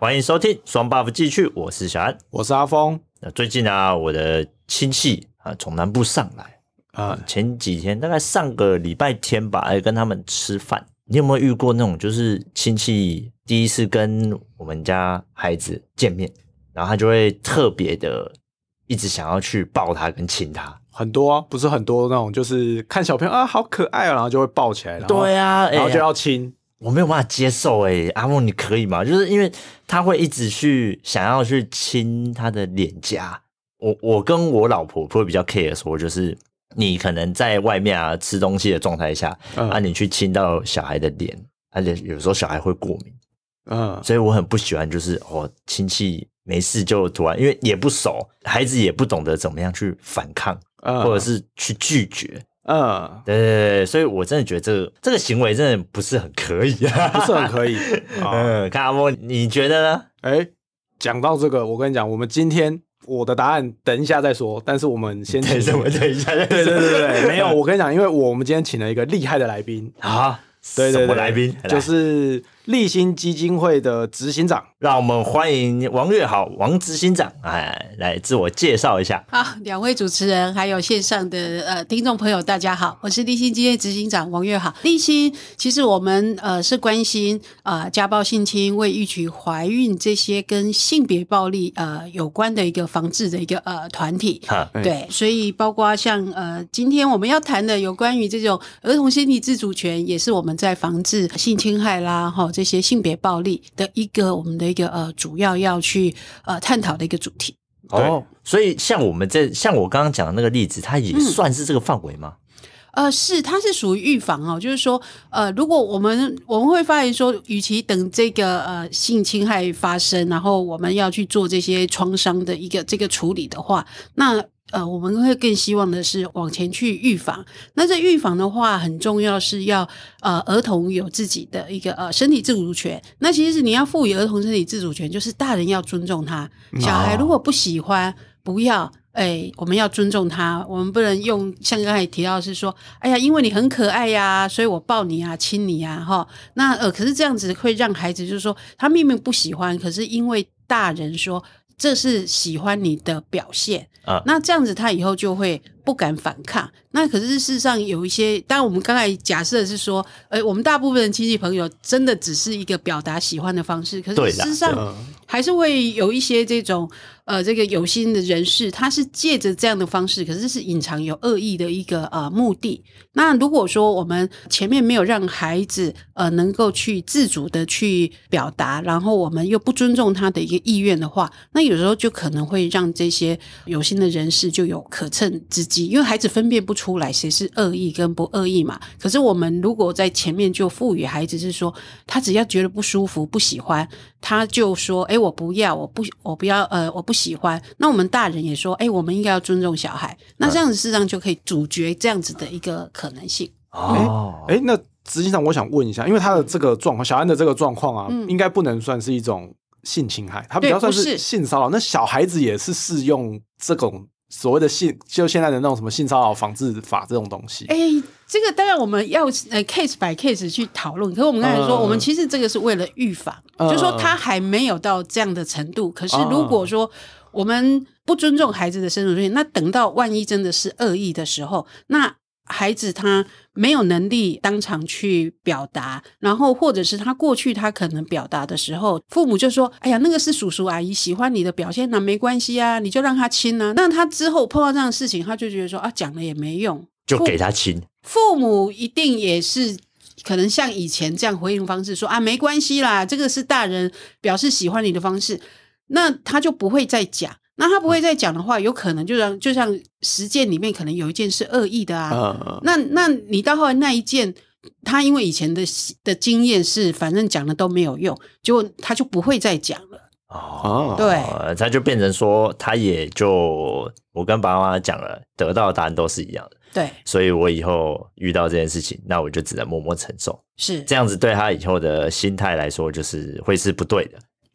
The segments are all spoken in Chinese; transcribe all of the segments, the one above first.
欢迎收听双 buff 继续，我是小安， 我是阿峰。 最近啊，我的亲戚从南部上来前几天大概上个礼拜天吧，跟他们吃饭。你有没有遇过那种就是亲戚第一次跟我们家孩子见面，然后他就会特别的一直想要去抱他跟亲他？ 很多啊，不是很多那种，就是看小朋友啊好可爱然后就会抱起来， 对啊， 然后就要亲。 我没有办法接受阿梦你可以吗？就是因为他会一直去想要去亲他的脸颊。我跟我老婆会比较 care 说，就是你可能在外面吃东西的状态下你去亲到小孩的脸，而且有时候小孩会过敏，所以我很不喜欢就是亲戚没事就突然，因为也不熟，孩子也不懂得怎么样去反抗，或者是去拒绝。对，所以我真的觉得这个行为真的不是很可以不是很可以。 看阿莫，你觉得呢？ 讲到这个，我跟你讲，我们今天我的答案等一下再说，但是我们先等一下再说。 对，没有，我跟你讲，因为我们今天请了一个厉害的来宾啊，对， 什么来宾？ 就是立新基金会的执行长， 让我们欢迎王月好王执行长来自我介绍一下。 好，两位主持人还有线上的听众朋友大家好，我是立新基金会执行长王月好。立新其实我们是关心家暴性侵、未育期怀孕这些跟性别暴力有关的一个防治的一个团体。对，所以包括像今天我们要谈的有关于这种儿童身体自主权，也是我们在防治性侵害啦这些性别暴力的我们的一个主要要去探讨的一个主题。 所以像我刚刚讲的那个例子，它也算是这个范围吗？ 是，它是属于预防就是说，如果我们会发现说，与其等这个性侵害发生，然后我们要去做这些创伤的这个处理的话，那我们会更希望的是往前去预防。那这预防的话，很重要是要儿童有自己的一个身体自主权。那其实你要赋予儿童身体自主权，就是大人要尊重他，小孩如果不喜欢，不要。我们要尊重他，我们不能用像刚才提到的是说，哎呀，因为你很可爱呀，所以我抱你啊，亲你啊，那可是这样子会让孩子就是说，他明明不喜欢，可是因为大人说这是喜欢你的表现，那这样子他以后就会不敢反抗。那可是事实上有一些，当然我们刚才假设的是说，我们大部分的亲戚朋友真的只是一个表达喜欢的方式，可是事实上还是会有一些这种这个有心的人士，他是借着这样的方式，可是是隐藏有恶意的一个目的。那如果说我们前面没有让孩子能够去自主的去表达，然后我们又不尊重他的一个意愿的话，那有时候就可能会让这些有心的人士就有可乘之机，因为孩子分辨不出来谁是恶意跟不恶意嘛。可是我们如果在前面就赋予孩子是说，他只要觉得不舒服不喜欢，他就说我不要，我不要，我不喜欢。那我们大人也说我们应该要尊重小孩，那这样子事实上就可以阻绝这样子的一个可能性。 那执行长我想问一下，因为他的这个状况，小安的这个状况应该不能算是一种性侵害，他比较算是性骚扰。那小孩子也是适用这种所谓的就现在的那种什么性骚扰防治法这种东西？ 这个当然我们要case by case 去讨论。可是我们刚才说，我们其实这个是为了预防，就是说他还没有到这样的程度。可是如果说我们不尊重孩子的身体权，那等到万一真的是恶意的时候，那孩子他没有能力当场去表达，然后或者是他过去他可能表达的时候，父母就说哎呀那个是叔叔阿姨喜欢你的表现那没关系啊，你就让他亲啊。那他之后碰到这样的事情，他就觉得说讲了也没用， 就给他亲。 父母一定也是可能像以前这样回应方式说没关系啦，这个是大人表示喜欢你的方式，那他就不会再讲。那他不会再讲的话，有可能就像实践里面可能有一件是恶意的那你到后来那一件，他因为以前的经验是反正讲了都没有用，结果他就不会再讲了。对， 他就变成说他也就我跟爸爸妈妈讲了，得到的答案都是一样的。 对， 所以我以后遇到这件事情，那我就只能默默承受。 是这样子，对他以后的心态来说，就是会是不对的。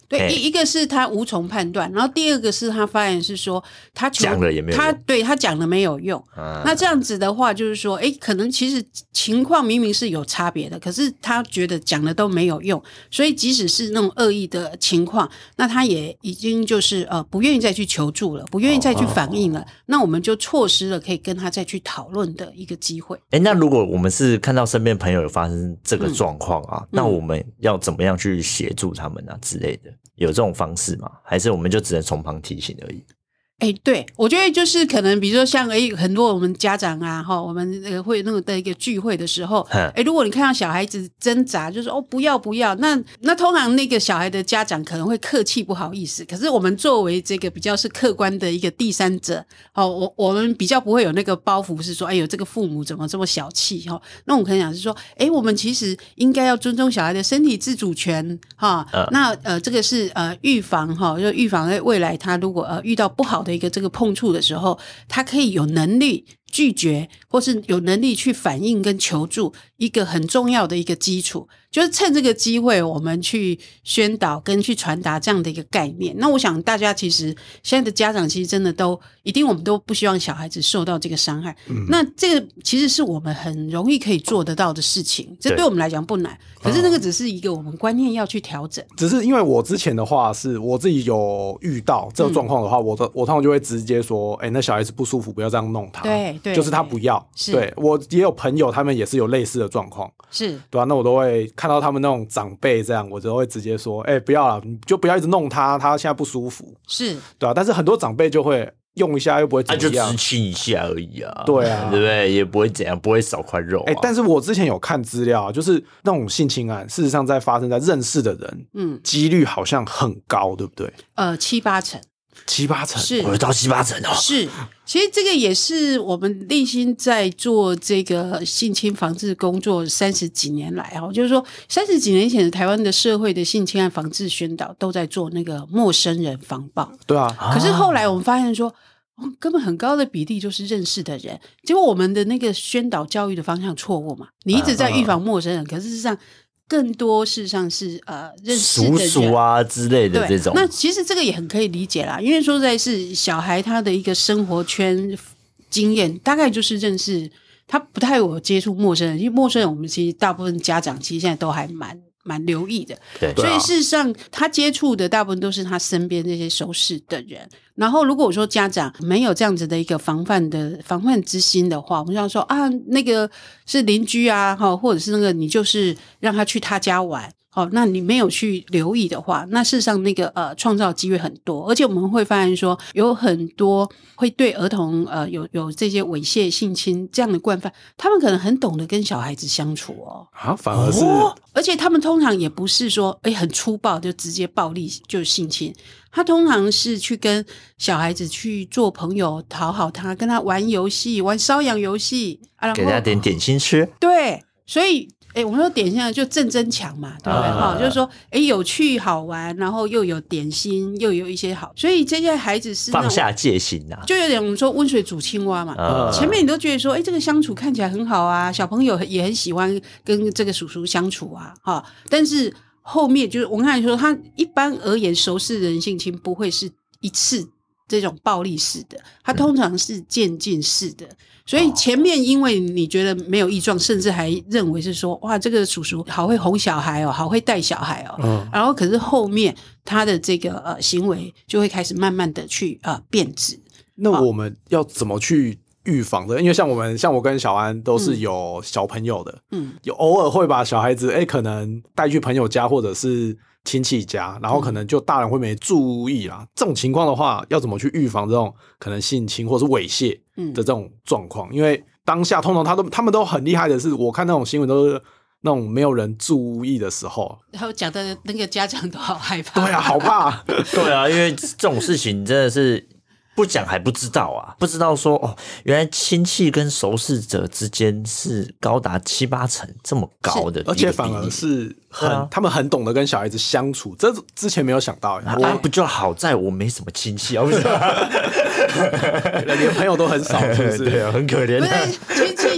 对，一个是他无从判断，然后第二个是他发现是说他讲了也没有用， 他讲了没有用。那这样子的话，就是说，可能其实情况明明是有差别的，可是他觉得讲了都没有用，所以即使是那种恶意的情况，那他也已经就是不愿意再去求助了，不愿意再去反映了，那我们就错失了可以跟他再去讨论的一个机会。 那如果我们是看到身边朋友有发生这个状况啊，那我们要怎么样去协助他们啊之类的？有这种方式吗？还是我们就只能从旁提醒而已？ 对，我觉得就是可能比如说像很多我们家长啊我们会那个的一个聚会的时候，如果你看到小孩子挣扎就说不要不要，那通常那个小孩的家长可能会客气不好意思，可是我们作为这个比较是客观的一个第三者，我们比较不会有那个包袱是说这个父母怎么这么小气，那我们可能讲是说我们其实应该要尊重小孩的身体自主权那这个是预防就预防未来他如果遇到不好的一个这个碰触的时候，他可以有能力拒绝或是有能力去反应跟求助，一个很重要的一个基础，就是趁这个机会我们去宣导跟去传达这样的一个概念。那我想大家其实现在的家长其实真的都一定我们都不希望小孩子受到这个伤害，那这个其实是我们很容易可以做得到的事情，这对我们来讲不难，可是那个只是一个我们观念要去调整。 只是因为我之前的话是我自己有遇到这个状况的话，我通常就会直接说那小孩子不舒服不要这样弄他， 对， 就是他不要。对，我也有朋友他们也是有类似的状况， 是对啊，那我都会看到他们那种长辈这样，我就会直接说不要啦，你就不要一直弄他现在不舒服， 是对啊，但是很多长辈就会用一下又不会怎么样， 就只亲一下而已啊， 对啊， 对不对？也不会怎样，不会少块肉但是我之前有看资料，就是那种性侵案事实上在发生在认识的人几率好像很高，对不对 ？7、8成 ，7、8成， 是会到7、8成哦。 是，其实这个也是我们立新在做这个性侵防治工作30几年来就是说30几年前的台湾的社会的性侵案防治宣导都在做那个陌生人防暴， 对啊。 可是后来我们发现说根本很高的比例就是认识的人，结果我们的那个宣导教育的方向错误嘛，你一直在预防陌生人，可是事实上更多事实上是认识的人叔叔啊之类的这种。 那其实这个也很可以理解啦，因为说实在是小孩他的一个生活圈经验大概就是认识，他不太有接触陌生人，因为陌生人我们其实大部分家长其实现在都还蛮留意的， 对， 所以事实上他接触的大部分都是他身边这些熟识的人。然后如果我说家长没有这样子的一个防范之心的话，我们就要说那个是邻居啊，或者是那个你就是让他去他家玩，那你没有去留意的话，那事实上那个创造机会很多，而且我们会发现说有很多会对儿童有这些猥亵性侵这样的惯犯，他们可能很懂得跟小孩子相处反而是而且他们通常也不是说很粗暴就直接暴力就性侵，他通常是去跟小孩子去做朋友，讨好他，跟他玩游戏，玩瘙痒游戏然后给他点点心吃。 对，所以我们说点心就正增强嘛，对不对？就是说有趣好玩，然后又有点心，又有一些好，所以这些孩子是放下戒心就有点我们说温水煮青蛙嘛。前面你都觉得说这个相处看起来很好啊，小朋友也很喜欢跟这个叔叔相处啊但是后面就是我刚才说他一般而言熟识人性侵不会是一次这种暴力式的，它通常是渐进式的，所以前面因为你觉得没有异状，甚至还认为是说哇这个叔叔好会哄小孩好会带小孩然后可是后面他的这个行为就会开始慢慢的去变质。 那我们要怎么去预防的？因为像我跟小安都是有小朋友的，有偶尔会把小孩子可能带去朋友家或者是亲戚家，然后可能就大人会没注意啦。这种情况的话，要怎么去预防这种可能性侵或是猥亵的这种状况？因为当下通常他们都很厉害的是，我看那种新闻都是那种没有人注意的时候， 然后讲的那个家长都好害怕。 对啊，好怕。 对啊，因为这种事情真的是不讲还不知道啊，不知道说原来亲戚跟熟识者之间是高达7、8成这么高的， 而且反而是他们很懂得跟小孩子相处，这之前没有想到。 不就好在我没什么亲戚啊， 连朋友都很少，是不是？ 对啊，很可怜。 不是亲戚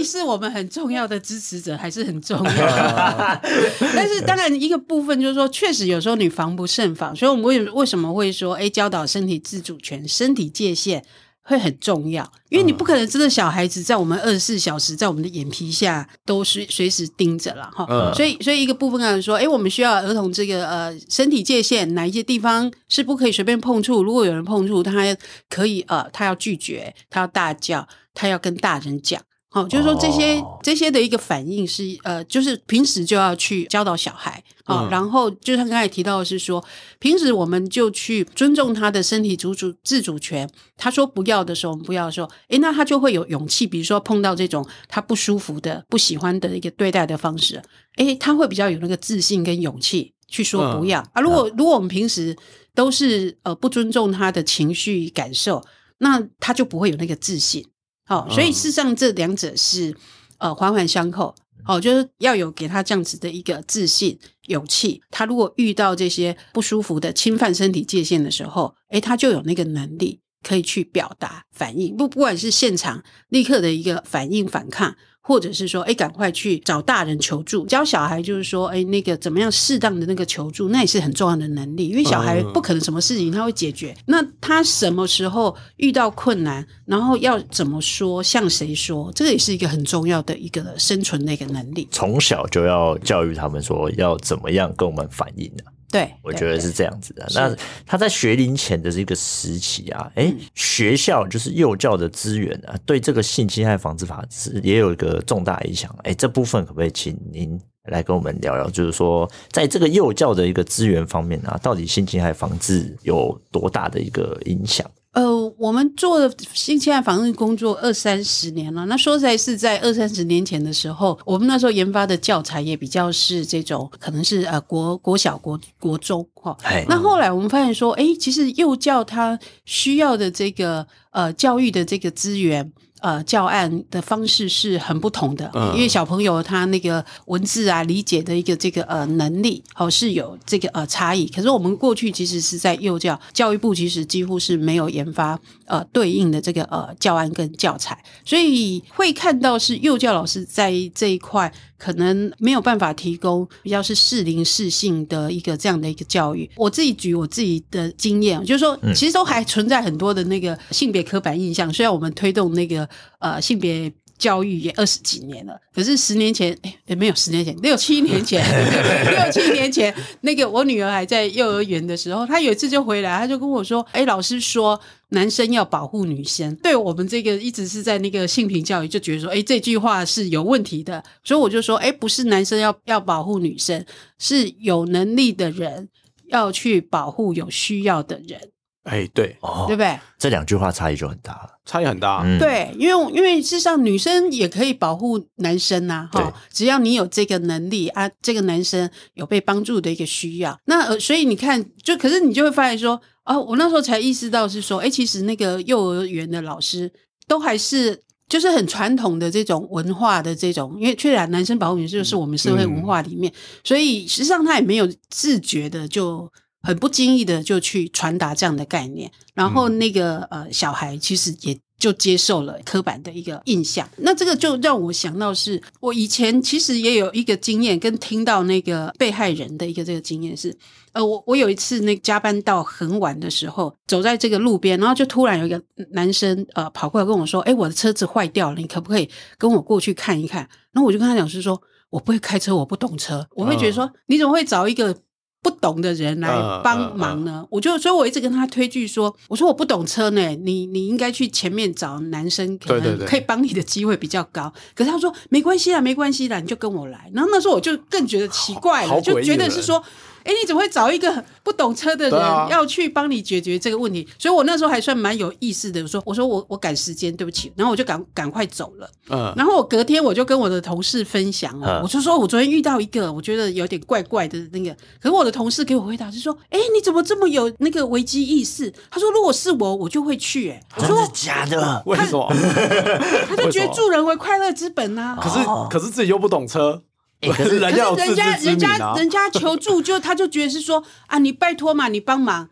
是我们很重要的支持者，还是很重要的。但是当然一个部分就是说，确实有时候你防不胜防，所以我们为什么会说，教导身体自主权、身体界限会很重要，因为你不可能真的小孩子在我们24小时在我们的眼皮下都随时盯着啦齁。所以一个部分来说，我们需要儿童这个身体界限，哪一些地方是不可以随便碰触，如果有人碰触，他可以他要拒绝，他要大叫，他要跟大人讲。就是说这些的一个反应是就是平时就要去教导小孩然后就像刚才提到的是说，平时我们就去尊重他的身体自主权，他说不要的时候我们不要的时候，那他就会有勇气，比如说碰到这种他不舒服的不喜欢的一个对待的方式，他会比较有那个自信跟勇气去说不要如果我们平时都是不尊重他的情绪感受，那他就不会有那个自信。所以事实上这两者是环环相扣。就是要有给他这样子的一个自信勇气，他如果遇到这些不舒服的侵犯身体界限的时候，他就有那个能力可以去表达反应，不管是现场立刻的一个反应反抗，或者是说赶快去找大人求助。教小孩就是说那个怎么样适当的那个求助，那也是很重要的能力，因为小孩不可能什么事情他会解决，那他什么时候遇到困难，然后要怎么说，向谁说，这个也是一个很重要的一个生存的一个能力。 从小就要教育他们说要怎么样跟我们反应对， 我觉得是这样子的。那他在学龄前的这个时期学校就是幼教的资源对这个性侵害防治法也有一个重大影响。这部分可不可以请您来跟我们聊聊，就是说在这个幼教的一个资源方面到底性侵害防治有多大的一个影响？ 我们做的性侵害防治工作20-30年了。那说实在是在20-30年前的时候，我们那时候研发的教材也比较是这种可能是国小国中那后来我们发现说其实幼教它需要的这个教育的这个资源教案的方式是很不同的，因为小朋友他那个文字理解的一个这个能力是有这个差异。可是我们过去其实是在幼教育部其实几乎是没有研发对应的这个教案跟教材，所以会看到是幼教老师在这一块可能没有办法提供比较是适龄适性的一个这样的一个教育。我自己举我自己的经验，就是说其实都还存在很多的那个性别刻板印象，虽然我们推动那个性别教育也20几年了，可是10年前没有10年前6-7年前6-7年前那个我女儿还在幼儿园的时候，她有一次就回来，她就跟我说老师说男生要保护女生。对我们这个一直是在那个性平教育就觉得说这句话是有问题的，所以我就说不是男生要保护女生，是有能力的人要去保护有需要的人。 对对不对？ 这两句话差异就很大了， 差异很大。 对，因为事实上女生也可以保护男生只要你有这个能力这个男生有被帮助的一个需要。那所以你看，可是你就会发现说我那时候才意识到是说其实那个幼儿园的老师都还是就是很传统的这种文化的这种，因为确然男生保护女生就是我们社会文化里面，所以实际上他也没有自觉的就很不经意的就去传达这样的概念，然后那个小孩其实也就接受了刻板的一个印象。那这个就让我想到是我以前其实也有一个经验，跟听到那个被害人的一个这个经验是我有一次那加班到很晚的时候，走在这个路边，然后就突然有一个男生跑过来跟我说我的车子坏掉了，你可不可以跟我过去看一看？然后我就跟他讲是说我不会开车，我不懂车。我会觉得说你怎么会找一个不懂的人来帮忙呢？所以我一直跟他推拒说，我说我不懂车呢，你应该去前面找男生，可能可以帮你的机会比较高。可是他说没关系啦，没关系啦，你就跟我来。然后那时候我就更觉得奇怪了，就觉得是说你怎么会找一个不懂车的人要去帮你解决这个问题？所以我那时候还算蛮有意识的，我说我赶时间，对不起，然后我就赶快走了。然后我隔天我就跟我的同事分享我就说我昨天遇到一个我觉得有点怪怪的那个，可是我的同事给我回答是说你怎么这么有那个危机意识？他说如果是我就会去。我说真的假的？ 为什么？ 他就觉得助人为快乐之本啊。 可是自己又不懂车。 可是人家求助他就觉得是说你拜托嘛，你帮忙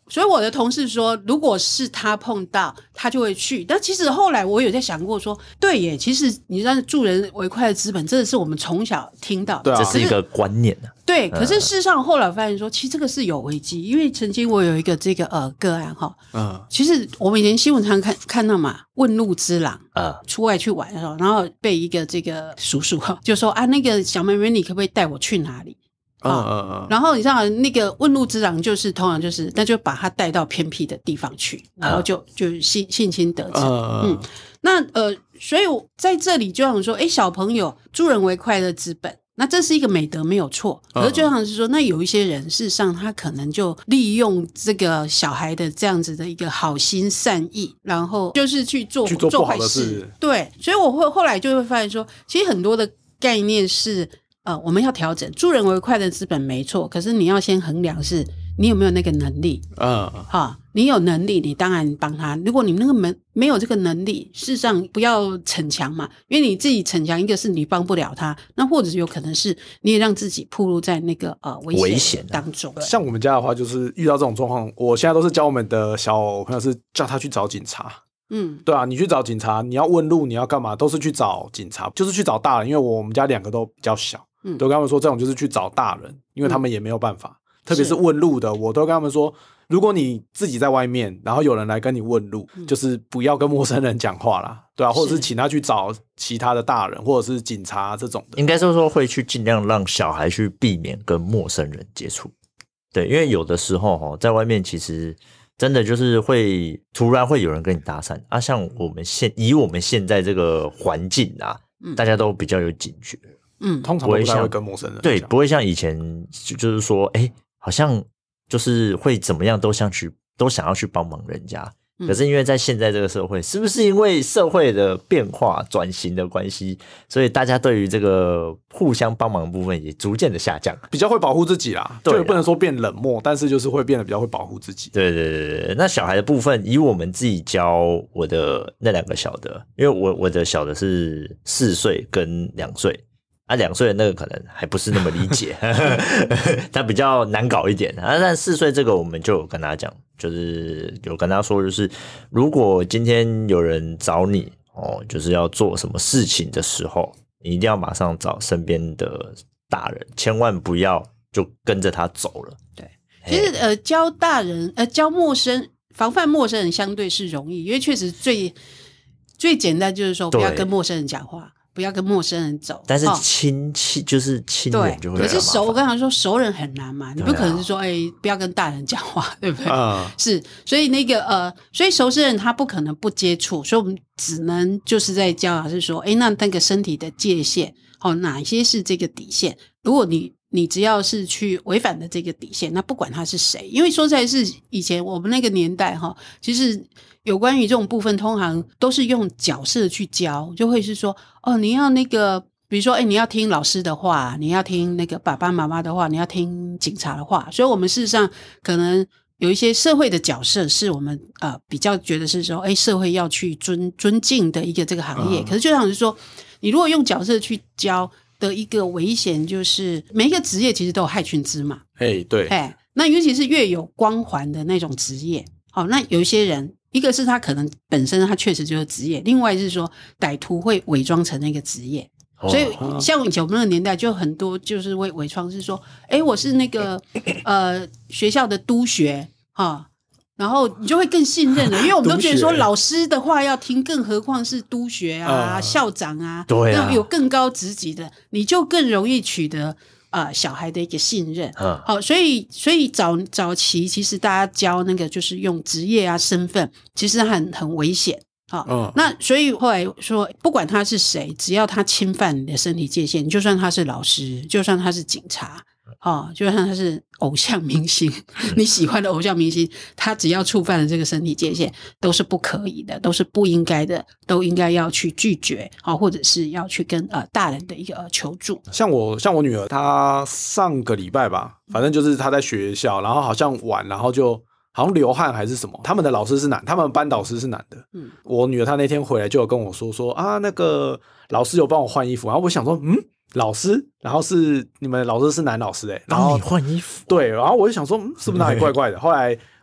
所以我的同事说，如果是他碰到，他就会去。但其实后来我有在想过说，对耶，其实你知道助人为快的资本，真的是我们从小听到的， 这是一个观念啊。 对，可是事实上后来发现说，其实这个是有危机，因为曾经我有一个这个个案哈，其实我们以前新闻常看到嘛，问路之狼出外去玩的时候，然后被一个这个叔叔就说啊，那个小妹妹，你可不可以带我去哪里？然后你知道那个问路之狼就是通常就是那就把他带到偏僻的地方去，然后就性侵得逞。那所以在这里就想说，小朋友助人为快乐之本，那这是一个美德没有错，可是就像是说，那有一些人事实上他可能就利用这个小孩的这样子的一个好心善意，然后就是去做坏事。对，所以我后来就会发现说，其实很多的概念是我们要调整，助人为快乐之本没错，可是你要先衡量是你有没有那个能力。你有能力你当然帮他，如果你那个没有这个能力，事实上不要逞强嘛，因为你自己逞强，一个是你帮不了他，那或者有可能是你也让自己暴露在那个危险当中。 像我们家的话，就是遇到这种状况，我现在都是教我们的小朋友是叫他去找警察。对啊，你去找警察，你要问路，你要干嘛，都是去找警察，就是去找大人，因为我们家2个都比较小，都跟他们说这种就是去找大人，因为他们也没有办法，特别是问路的，我都跟他们说，如果你自己在外面，然后有人来跟你问路，就是不要跟陌生人讲话啦，对啊，或者是请他去找其他的大人或者是警察这种的。 应该说会去尽量让小孩去避免跟陌生人接触。对，因为有的时候在外面其实真的就是会突然会有人跟你搭讪啊，像以我们现在这个环境啊，大家都比较有警觉， 通常都不太会跟陌生人讲， 对，不会像以前就是说，好像就是会怎么样都想要去帮忙人家。可是因为在现在这个社会，是不是因为社会的变化转型的关系，所以大家对于这个互相帮忙的部分也逐渐的下降， 比较会保护自己啦，就也不能说变冷漠，但是就是会变得比较会保护自己。 对，那小孩的部分，以我们自己教我的那2个小的，因为我的小的是4岁跟2岁。2岁的那个可能还不是那么理解他比较难搞一点但4岁这个我们就有跟他讲，就是有跟他说，就是如果今天有人找你就是要做什么事情的时候，你一定要马上找身边的大人，千万不要就跟着他走了。 对，其实教大人教防范陌生人相对是容易，因为确实最简单就是说不要跟陌生人讲话，不要跟陌生人走， 但是亲戚就是亲人就会。 可是我刚才说熟人很难嘛，你不可能是说不要跟大人讲话，对不对？是，所以那个所以熟识人他不可能不接触，所以我们只能就是在教老师说，那个身体的界限，哪些是这个底线？如果你只要是去违反的这个底线，那不管他是谁，因为说实在是以前我们那个年代其实有关于这种部分通常都是用角色去教，就会是说你要那个比如说你要听老师的话，你要听那个爸爸妈妈的话，你要听警察的话，所以我们事实上可能有一些社会的角色是我们比较觉得是说社会要去尊敬的一个这个行业，可是就像是说你如果用角色去教的一个危险，就是每一个职业其实都有害群之马。 对， 那尤其是越有光环的那种职业，那有一些人，一个是他可能本身他确实就是职业，另外是说歹徒会伪装成那个职业。所以像以前我们那个年代就很多就是会伪装是说我是那个学校的督学然后你就会更信任了，因为我们都觉得说老师的话要听，更何况是督学啊、校长啊， 对啊， 那有更高职级的，你就更容易取得小孩的一个信任。所以早期其实大家教那个就是用职业啊身份，其实很危险。那所以后来说，不管他是谁，只要他侵犯你的身体界限，就算他是老师，就算他是警察。就算他是偶像明星，你喜欢的偶像明星，他只要触犯了这个身体界限，都是不可以的，都是不应该的，都应该要去拒绝，或者是要去跟大人的一个求助。 像我女儿，她上个礼拜吧，反正就是她在学校，然后好像玩，然后就好像流汗还是什么，他们的老师是男，他们班导师是男的。我女儿她那天回来就有跟我说那个老师有帮我换衣服，然后我想说老师，然后是你们老师是男老师然后帮你换衣服， 对，然后我就想说是不是哪里怪怪的？后来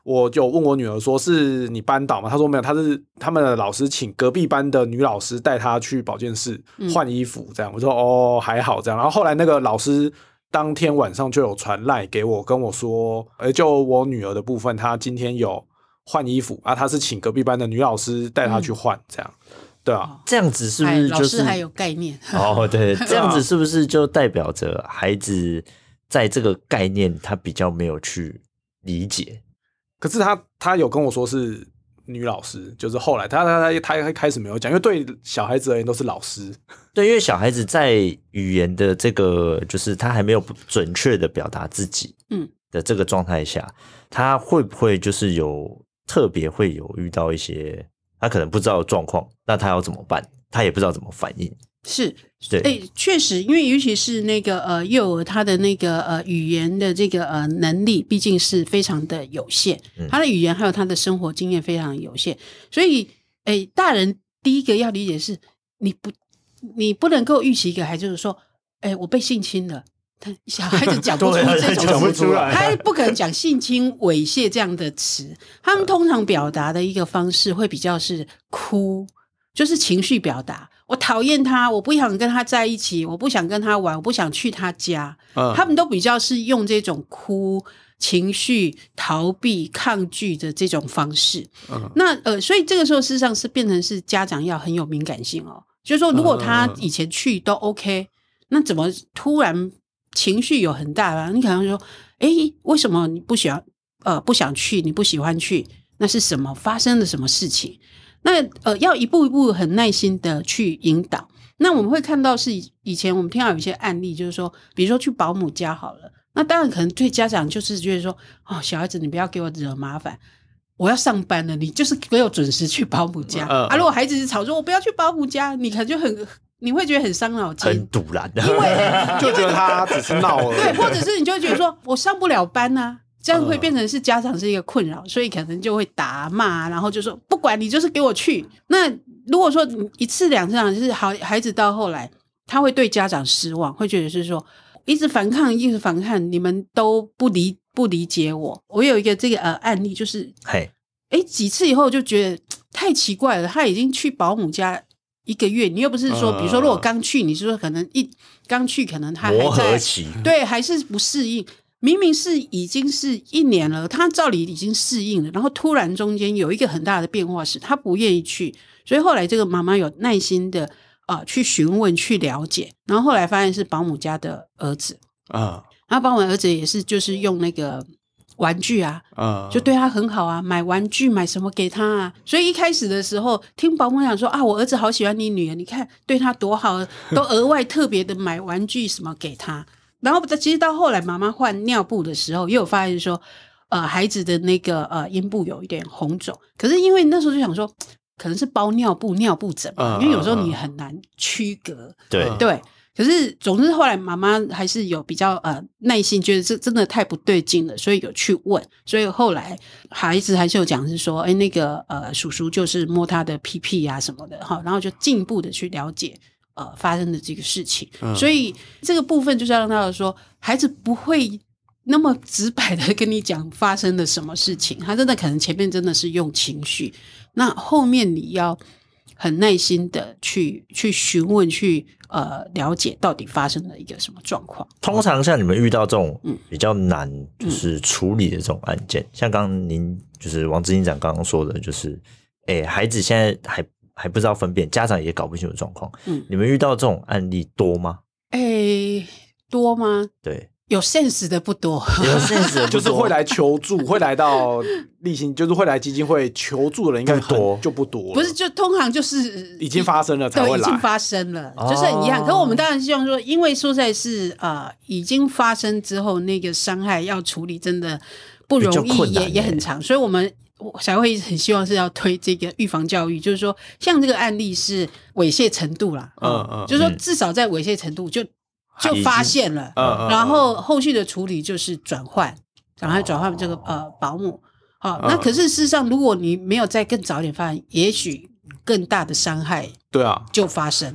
我就问我女儿说是你班导吗？她说没有，是他们的老师请隔壁班的女老师带她去保健室换衣服这样。我说哦还好这样，然后后来那个老师当天晚上就有传赖给我，跟我说就我女儿的部分她今天有换衣服啊，她是请隔壁班的女老师带她去换这样。对啊， 这样子是不是就是老师还有概念？ 对，这样子是不是就代表着孩子在这个概念他比较没有去理解？ 可是他有跟我说是女老师，就是后来他一开始没有讲，因为对小孩子而言都是老师。 对，因为小孩子在语言的这个就是他还没有准确的表达自己的这个状态下，他会不会就是特别会有遇到一些他可能不知道的状况，那他要怎么办？他也不知道怎么反应。 是， 对， 确实，因为尤其是那个幼儿，他的那个语言的这个能力，毕竟是非常的有限，他的语言还有他的生活经验非常有限，所以大人第一个要理解是，你不能够预期一个孩子就是说，我被性侵了。小孩子讲不出这种讲不出来， 他不可能讲性侵、猥亵这样的词。他们通常表达的一个方式会比较是哭，就是情绪表达。我讨厌他，我不想跟他在一起，我不想跟他玩，我不想去他家。他们都比较是用这种哭、情绪、逃避、抗拒的这种方式。那所以这个时候事实上是变成是家长要很有敏感性哦。就是说，如果他以前去都 OK，那怎么突然情绪有很大吧？你可能说，为什么你不想去？你不喜欢去？那是什么？发生了什么事情？那要一步一步很耐心的去引导。那我们会看到是以前我们听到有一些案例，就是说，比如说去保姆家好了，那当然可能对家长就是觉得说，小孩子你不要给我惹麻烦。我要上班了，你就是给我准时去保姆家如果孩子是吵说我不要去保姆家，你可能就你会觉得很伤脑筋， 很堵然的， 因为就觉得他只是闹而已。 对，或者是你就会觉得说我上不了班啊，这样会变成是家长是一个困扰，所以可能就会打骂，然后就说不管你就是给我去。那如果说一次两次就是孩子到后来他会对家长失望，会觉得是说一直反抗，你们都不理解我。我有一个这个案例，就是几次以后就觉得太奇怪了，他已经去保姆家1个月，你又不是说比如说如果刚去，你是说可能刚去可能他还在磨合期， 对，还是不适应。明明是已经是1年了，他照理已经适应了，然后突然中间有一个很大的变化是他不愿意去，所以后来这个妈妈有耐心的去询问去了解，然后后来发现是保姆家的儿子然后保姆儿子也是就是用那个玩具就对他很好买玩具买什么给他所以一开始的时候听保姆讲说我儿子好喜欢你女儿，你看对他多好，都额外特别的买玩具什么给他。然后其实到后来妈妈换尿布的时候也有发现说孩子的那个阴部有一点红肿，可是因为那时候就想说可能是包尿布疹因为有时候你很难区隔对，可是总之后来妈妈还是有比较耐心，觉得这真的太不对劲了，所以有去问，所以后来孩子还是有讲是说那个叔叔就是摸他的屁屁什么的然后就进一步的去了解发生的这个事情所以这个部分就是要让他说孩子不会那么直白的跟你讲发生了什么事情，他真的可能前面真的是用情绪，那后面你要很耐心的去询问去了解到底发生了一个什么状况。 通常像你们遇到这种比较难就是处理的这种案件像刚刚您就是王执行长刚刚说的就是孩子现在还不知道分辨，家长也搞不清楚状况你们遇到这种案例多吗？ 多吗？ 对， 有 sense 的不多， 有 sense 的不多就是会来求助，会来到立新，就是会来基金会求助的人应该就不多了。 不是，就通常就是已经发生了才会来， 对，已经发生了，就是很遗憾。可是我们当然希望说，因为说在是已经发生之后，那个伤害要处理真的不容易，也很长，所以我才会很希望是要推这个预防教育，就是说像这个案例是猥亵程度啦，就是说至少在猥亵程度就发现了，然后后续的处理就是转换这个保姆。那可是事实上，如果你没有再更早一点发现，也许更大的伤害就发生了。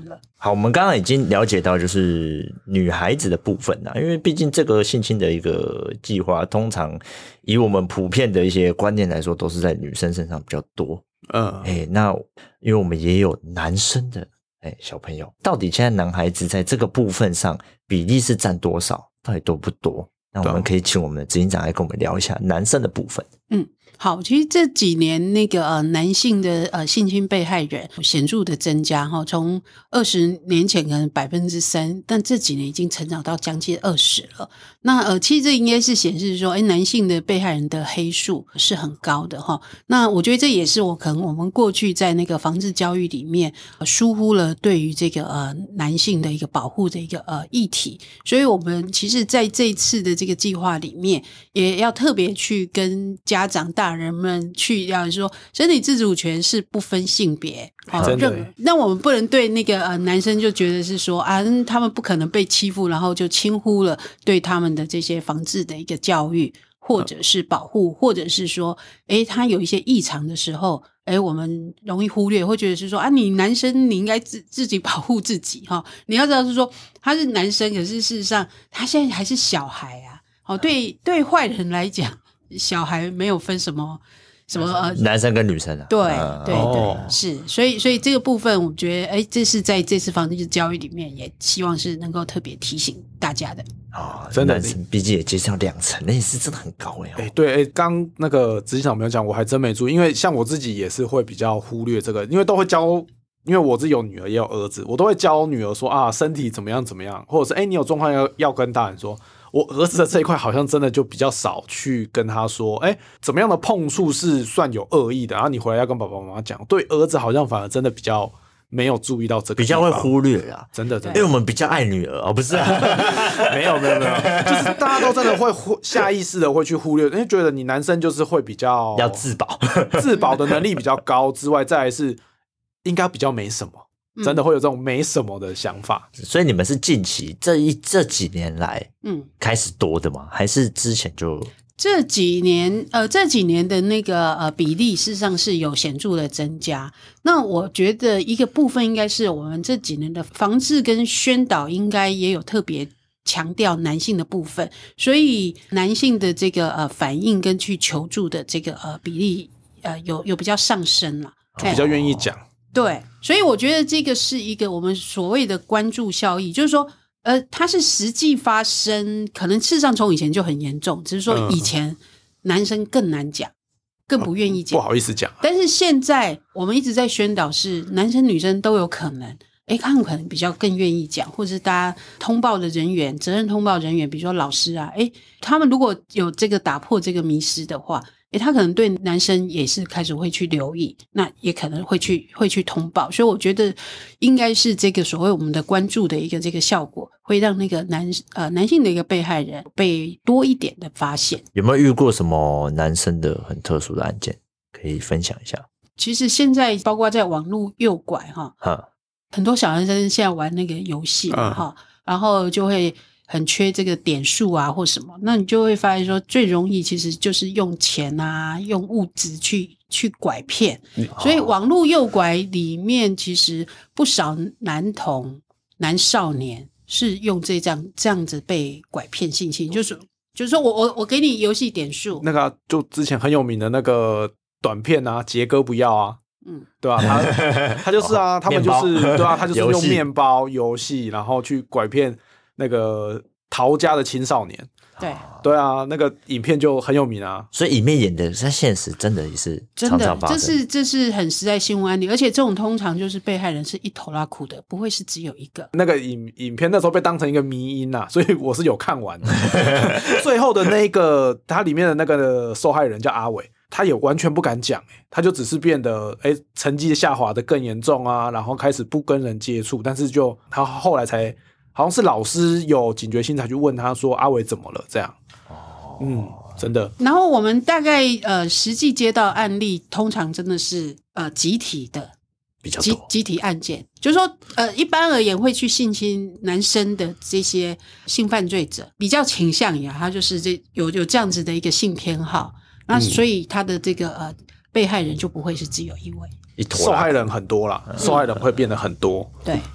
好，我们刚刚已经了解到就是女孩子的部分啦，因为毕竟这个性侵的一个计划，通常以我们普遍的一些观念来说，都是在女生身上比较多。那因为我们也有男生的小朋友，到底现在男孩子在这个部分上比例是占多少？到底多不多？那我们可以请我们的执行长来跟我们聊一下男生的部分。 好，其实这几年那个男性的性侵被害人显著的增加哈，从20年前可能3%，但这几年已经成长到将近20%了。那其实这应该是显示说，男性的被害人的黑数是很高的哈。那我觉得这也是可能我们过去在那个防治教育里面疏忽了对于这个男性的一个保护的一个议题，所以我们其实在这一次的这个计划里面，也要特别去跟家长大人们去要说，身体自主权是不分性别。 真的， 那我们不能对那个男生就觉得是说他们不可能被欺负，然后就轻忽了对他们的这些防治的一个教育，或者是保护，或者是说他有一些异常的时候，我们容易忽略，会觉得是说你男生你应该自己保护自己哈。你要知道是说他是男生，可是事实上他现在还是小孩啊。对坏人来讲，小孩没有分什么男生跟女生啊， 对，是，所以这个部分，我觉得这是在这次防治教育里面，也希望是能够特别提醒大家的。 真的， 男生毕竟也接近2成，那也是真的很高对，刚那个执行长没有讲，我还真没注意，因为像我自己也是会比较忽略这个，因为都会教，因为我自己有女儿也有儿子，我都会教女儿说身体怎么样怎么样，或者是你有状况要跟大人说。我儿子的这一块好像真的就比较少去跟他说，怎么样的碰触是算有恶意的，然后你回来要跟爸爸妈妈讲。对儿子好像反而真的比较没有注意到这个， 比较会忽略啦， 真的， 因为我们比较爱女儿不是没有，就是大家都真的会下意识的会去忽略，因为觉得你男生就是会比较要自保的能力比较高之外，再来是应该比较没什么。真的会有这种没什么的想法， 所以你们是近期这几年来开始多的吗？还是之前就这几年的那个比例事实上是有显著的增加。那我觉得一个部分应该是我们这几年的防治跟宣导应该也有特别强调男性的部分，所以男性的这个反应跟去求助的这个比例有比较上升了， 比较愿意讲。 对，所以我觉得这个是一个我们所谓的关注效益，就是说它是实际发生，可能事实上从以前就很严重，只是说以前男生更难讲，更不愿意讲， 不好意思讲。 但是现在我们一直在宣导是男生女生都有可能，他们可能比较更愿意讲，或者是大家通报的人员、责任通报人员，比如说老师啊，他们如果有这个打破这个迷思的话，他可能对男生也是开始会去留意，那也可能会去通报，所以我觉得应该是这个所谓我们的关注的一个这个效果，会让那个男性的一个被害人被多一点的发现。 有没有遇过什么男生的很特殊的案件可以分享一下？ 其实现在包括在网络诱拐很多小男生现在玩那个游戏然后就会很缺这个点数啊或什么，那你就会发现说最容易其实就是用钱啊用物质去拐骗，所以网络诱拐里面其实不少男童男少年是用这样子被拐骗性侵，就是说我给你游戏点数， 那个就之前很有名的那个短片啊，杰哥不要啊，对吧？他就是啊，他们就是对啊，他就是用面包游戏，然后去拐骗那个逃家的青少年。对啊，那个影片就很有名啊。 所以影片演的在现实真的也是常常发生， 真的，这是很实在新闻案例，而且这种通常就是被害人是一头拉苦的，不会是只有一个。那个影片那时候被当成一个迷因啊，所以我是有看完的。最后的那个，它里面的那个受害人叫阿伟。他也完全不敢讲，他就只是变得成绩下滑的更严重啊，然后开始不跟人接触，但是他后来才好像是老师有警觉心才去问他说阿伟怎么了这样。真的。 然后我们大概实际接到案例，通常真的是集体的比较多， 集体案件，就是说一般而言会去性侵男生的这些性犯罪者，比较倾向于他就是有这样子的一个性偏好。那所以他的这个被害人就不会是只有一位， 受害人很多啦，受害人会变得很多。 对，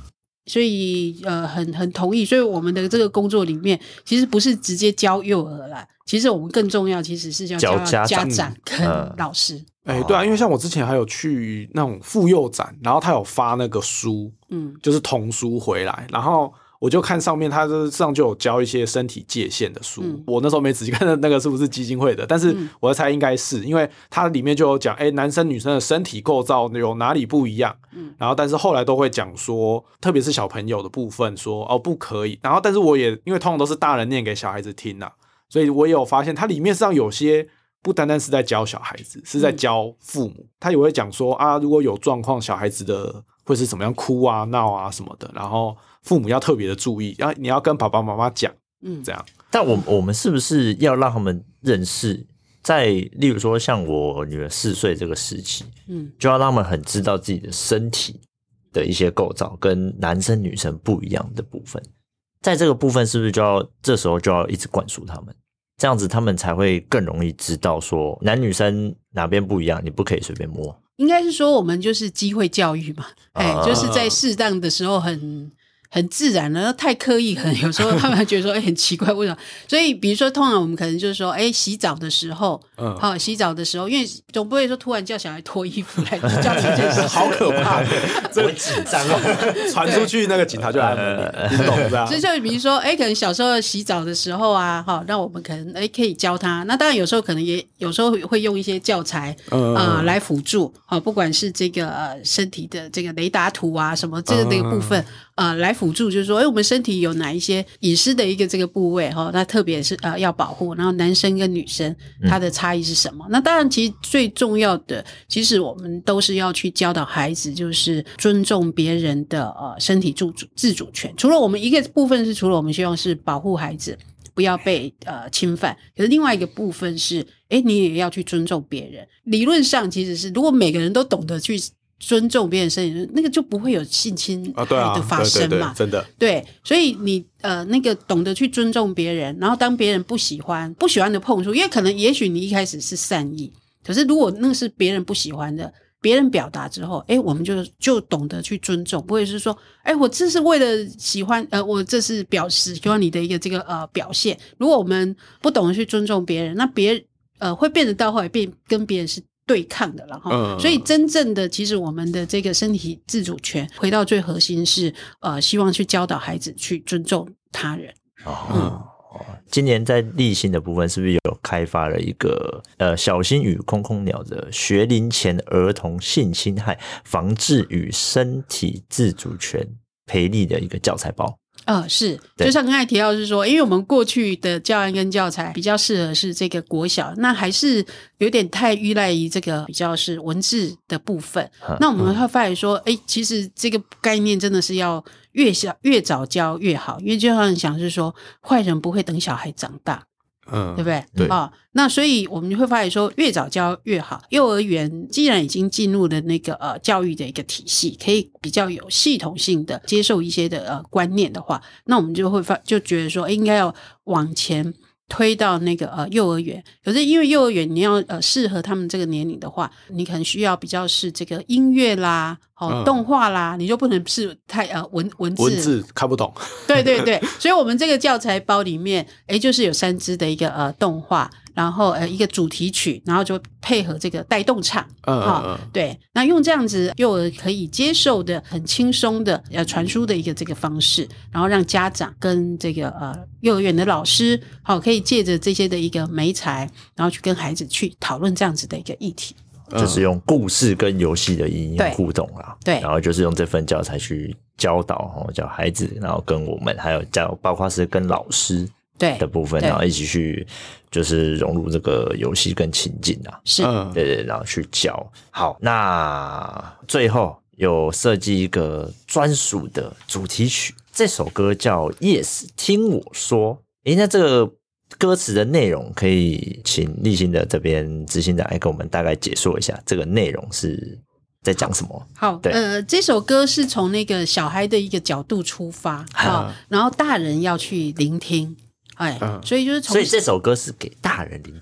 所以很同意，所以我们的这个工作里面，其实不是直接教幼儿啦，其实我们更重要其实是要教家长跟老师。 对啊，因为像我之前还有去那种妇幼展，然后他有发那个书，就是童书回来，然后我就看上面，它上就有教一些身体界限的书。我那时候没仔细看那个是不是基金会的，但是我猜应该是，因为它里面就有讲，男生女生的身体构造有哪里不一样。然后但是后来都会讲说，特别是小朋友的部分说不可以。然后但是我也因为通常都是大人念给小孩子听啊，所以我也有发现它里面实际上有些不单单是在教小孩子，是在教父母。他也会讲说如果有状况，小孩子的会是怎么样哭啊、闹啊什么的，然后父母要特别的注意，你要跟爸爸妈妈讲，这样。 但我们是不是要让他们认识，在例如说像我女儿4岁这个时期，就要让他们很知道自己的身体的一些构造跟男生女生不一样的部分，在这个部分是不是这时候就要一直灌输他们？这样子他们才会更容易知道说男女生哪边不一样，你不可以随便摸。 应该是说我们就是机会教育嘛，就是在适当的时候很自然的，太刻意，可能有时候他们觉得说很奇怪为什么。所以比如说通常我们可能就是说洗澡的时候，洗澡的时候，因为总不会说突然叫小孩脱衣服来教你这件事， 好可怕， 这个紧张传出去那个警察就来门你懂这样。 所以就比如说可能小时候洗澡的时候啊，那我们可能可以教他。那当然有时候可能也有时候会用一些教材来辅助，不管是这个身体的这个雷达图啊什么这个那个部分来辅助，就是说我们身体有哪一些隐私的一个这个部位那特别是要保护，然后男生跟女生它的差异是什么。那当然其实最重要的，其实我们都是要去教导孩子，就是尊重别人的身体自主权。除了我们一个部分是除了我们希望是保护孩子不要被侵犯，可是另外一个部分是你也要去尊重别人。理论上其实是如果每个人都懂得去尊重别人身体，那个就不会有性侵害的发生嘛。 真的对，所以你那个懂得去尊重别人，然后当别人不喜欢的碰触，因为可能也许你一开始是善意，可是如果那个是别人不喜欢的，别人表达之后我们就懂得去尊重，不会是说我这是为了喜欢我这是表示喜欢你的一个这个表现。如果我们不懂得去尊重别人，那别人会变得到后来跟别人是对抗的了所以真正的其实我们的这个身体自主权回到最核心是希望去教导孩子去尊重他人。 今年在立新的部分是不是有开发了一个小星与空空鸟的学龄前儿童性侵害防治与身体自主权培力的一个教材包？ 是，就像刚才提到是说，因为我们过去的教案跟教材比较适合是这个国小，那还是有点太依赖于这个比较是文字的部分。那我们会发现说，其实这个概念真的是要越早教越好，因为就像想是说，坏人不会等小孩长大。对不对？ 对那所以我们会发现说越早教越好。幼儿园既然已经进入了那个教育的一个体系，可以比较有系统性的接受一些的观念的话，那我们就觉得说应该要往前推到那个幼儿园。可是因为幼儿园你要适合他们这个年龄的话，你可能需要比较是这个音乐啦动画啦，你就不能是太文字看不懂。 对对对，所以我们这个教材包里面就是有3支的一个动画，然后一个主题曲，然后就配合这个带动唱对，那用这样子幼儿可以接受的很轻松的传输的一个这个方式，然后让家长跟这个幼儿园的老师可以借着这些的一个媒材，然后去跟孩子去讨论这样子的一个议题， 就是用故事跟游戏的意义互动啦。 对， 然后就是用这份教材去教导教孩子，然后跟我们还有包括是跟老师的部分，然后一起去就是融入这个游戏跟情境啊。 是， 对，然后去教。好，那最后有设计一个专属的主题曲，这首歌叫 Yes 听我说。那这个歌词的内容可以请立新的这边执行长来跟我们大概解说一下，这个内容是在讲什么？ 好，这首歌是从那个小孩的一个角度出发，然后大人要去聆听，所以就是所以这首歌是给大人聆听。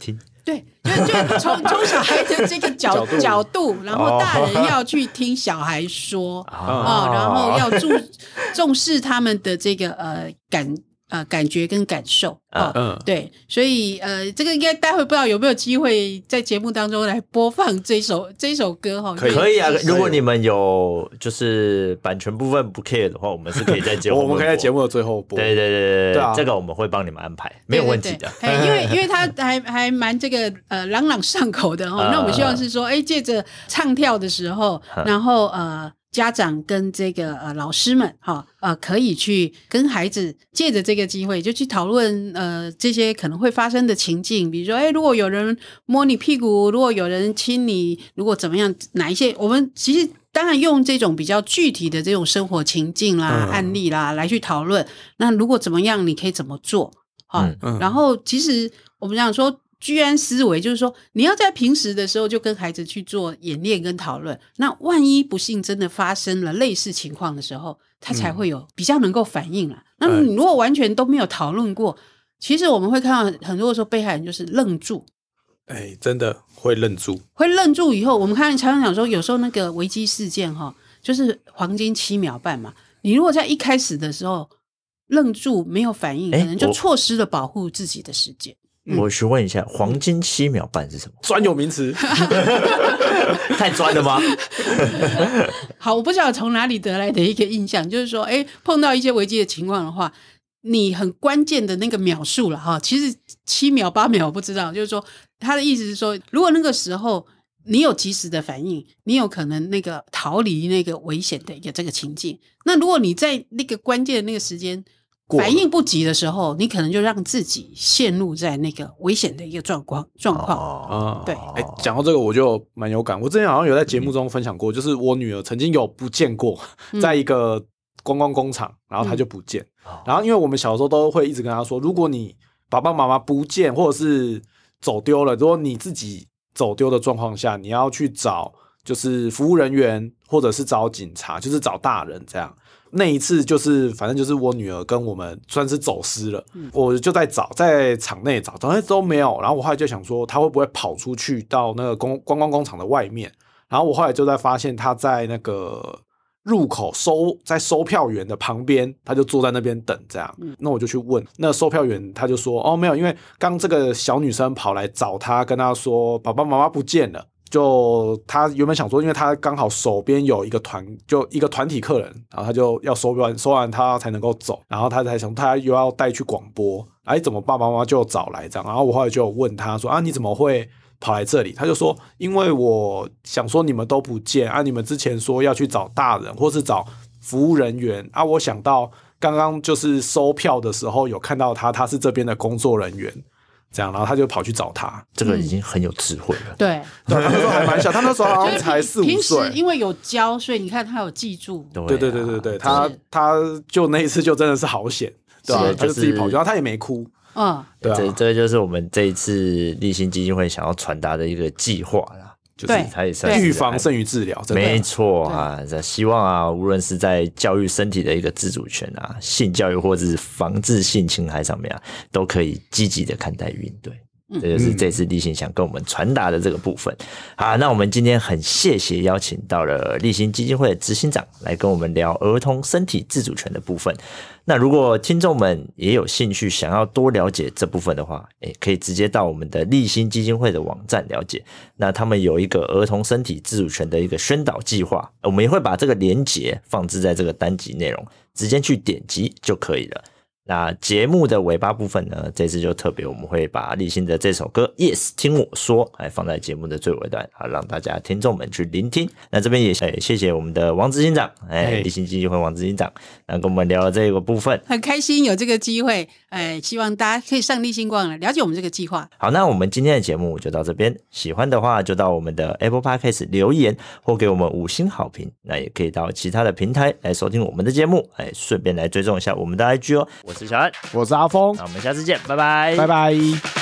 对，就从小孩的这个角度，然后大人要去听小孩说然后要重视他们的这个感觉跟感受对，所以这个应该待会不知道有没有机会在节目当中来播放这首歌哈？ 可以啊，如果你们有就是版权部分不 care 的话，我们是可以在节目我们可以在节目的最后播。 对，这个我们会帮你们安排，没有问题的。 因为他还蛮这个朗朗上口的那我们希望是说，借着唱跳的时候，然后家长跟这个老师们可以去跟孩子借着这个机会就去讨论这些可能会发生的情境，比如说如果有人摸你屁股，如果有人亲你，如果怎么样，哪一些我们其实当然用这种比较具体的这种生活情境啦、案例啦来去讨论，那如果怎么样你可以怎么做然后其实我们讲说居安思危，就是说你要在平时的时候就跟孩子去做演练跟讨论，那万一不幸真的发生了类似情况的时候，他才会有比较能够反应啦。那你如果完全都没有讨论过，其实我们会看到很多的时候被害人就是愣住， 真的会愣住以后，我们常常讲说有时候那个危机事件就是黄金7秒半嘛，你如果在一开始的时候愣住没有反应，可能就错失了保护自己的时间。 我询问一下，黄金7秒半是什么？ 专有名词， 太专了吗？ 好，我不知道从哪里得来的一个印象，就是说，碰到一些危机的情况的话，你很关键的那个秒数了其实7秒8秒我不知道，就是说他的意思是说，如果那个时候你有及时的反应，你有可能那个逃离那个危险的一个这个情境。那如果你在那个关键的那个时间反应不及的时候，你可能就让自己陷入在那个危险的一个状况。对， 讲到这个我就蛮有感。我之前好像有在节目中分享过，就是我女儿曾经有不见过，在一个观光工厂，然后她就不见。然后因为我们小时候都会一直跟她说，如果你爸爸妈妈不见或者是走丢了，如果你自己走丢的状况下，你要去找就是服务人员或者是找警察，就是找大人这样。那一次就是反正就是我女儿跟我们算是走失了，我就在找，在场内找都没有，然后我后来就想说她会不会跑出去到那个观光工厂的外面，然后我后来就在发现她在那个入口在售票员的旁边，她就坐在那边等这样。那我就去问那售票员，他就说没有，因为刚这个小女生跑来找她，跟她说爸爸妈妈不见了。就他原本想说，因为他刚好手边有一个团体客人，然后他就要收完他才能够走，然后他才想他又要带去广播，怎么爸爸妈妈就找来这样？然后我后来就问他说你怎么会跑来这里？他就说因为我想说你们都不见你们之前说要去找大人或是找服务人员我想到刚刚就是收票的时候有看到他是这边的工作人员。这样，然后他就跑去找他， 这个已经很有智慧了。 对， 他那时候还蛮小，他那时候好像才4-5岁。 平时因为有教，所以你看他有记住。 对，他就那一次就真的是好险，对吧？他就自己跑去，然后他也没哭。对啊， 这就是我们这一次立新基金会想要传达的一个计划啦。就是它也算预防胜于治疗， 没错希望无论是在教育身体的一个自主权性教育或者是防治性侵害上面都可以积极的看待与应对。这就是这次立新想跟我们传达的这个部分。好，那我们今天很谢谢邀请到了立新基金会的执行长来跟我们聊儿童身体自主权的部分。那如果听众们也有兴趣想要多了解这部分的话，可以直接到我们的立新基金会的网站了解。那他们有一个儿童身体自主权的一个宣导计划，我们也会把这个连结放置在这个单集内容，直接去点击就可以了。那节目的尾巴部分呢，这次就特别我们会把立新的这首歌 Yes 听我说放在节目的最尾段，让大家听众们去聆听。那这边也谢谢我们的王执行长，立新基金会王执行长跟我们聊了这个部分， 很开心有这个机会，希望大家可以上立新逛来了解我们这个计划。 好，那我们今天的节目就到这边，喜欢的话就到我们的 Apple Podcast 留言或给我们5星好评，那也可以到其他的平台来收听我们的节目，顺便来追踪一下我们的 IG 哦。我是小安， 我是阿峰， 那我们下次见，拜拜， 拜拜。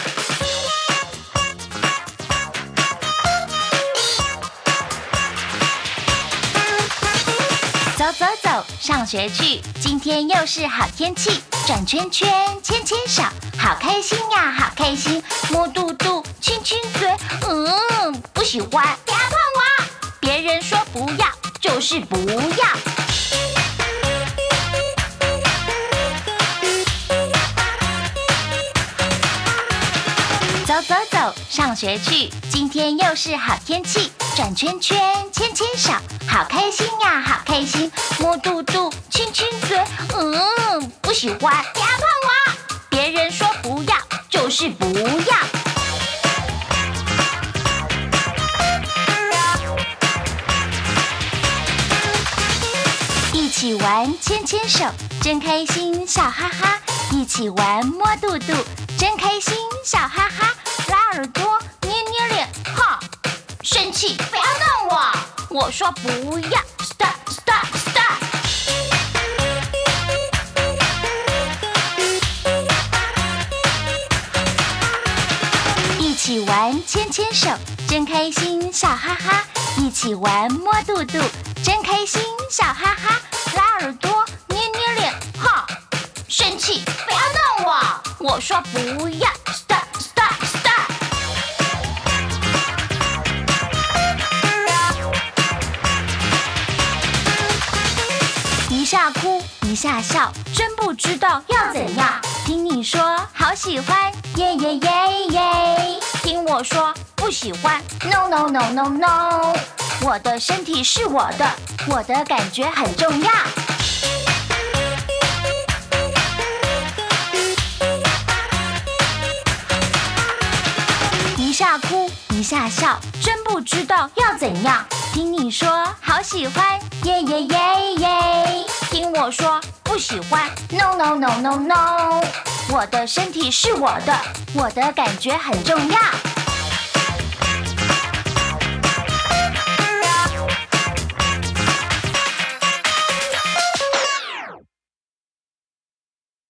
走走走，上学去，今天又是好天气，转圈圈，牵牵手。 好开心呀，好开心，摸肚肚，亲亲嘴，不喜欢，不要碰我，别人说不要就是不要。走走走，上学去，今天又是好天气，转圈圈，牵牵手，好开心呀，好开心，摸肚肚，亲亲嘴，不喜欢，不要碰我，别人说不要就是不要。一起玩，牵牵手，真开心，笑哈哈，一起玩，摸肚肚，真开心，笑哈哈，拉耳朵，捏捏脸，哈，生气，不要弄我，我说不要 ，stop stop stop。一起玩，牵牵手，真开心，笑哈哈，一起玩，摸肚肚，真开心，笑哈哈，拉耳朵，捏捏脸，哈，生气，不要弄我，我说不要 ，stop stop stop。一下哭，一下笑，真不知道要怎样。听你说好喜欢，耶耶耶耶。听我说不喜欢 ，no no no no no。我的身体是我的，我的感觉很重要。一下哭，一下笑，真不知道要怎样。听你说好喜欢，耶耶耶耶。听我说不喜欢 ，no no no no no。我的身体是我的，我的感觉很重要。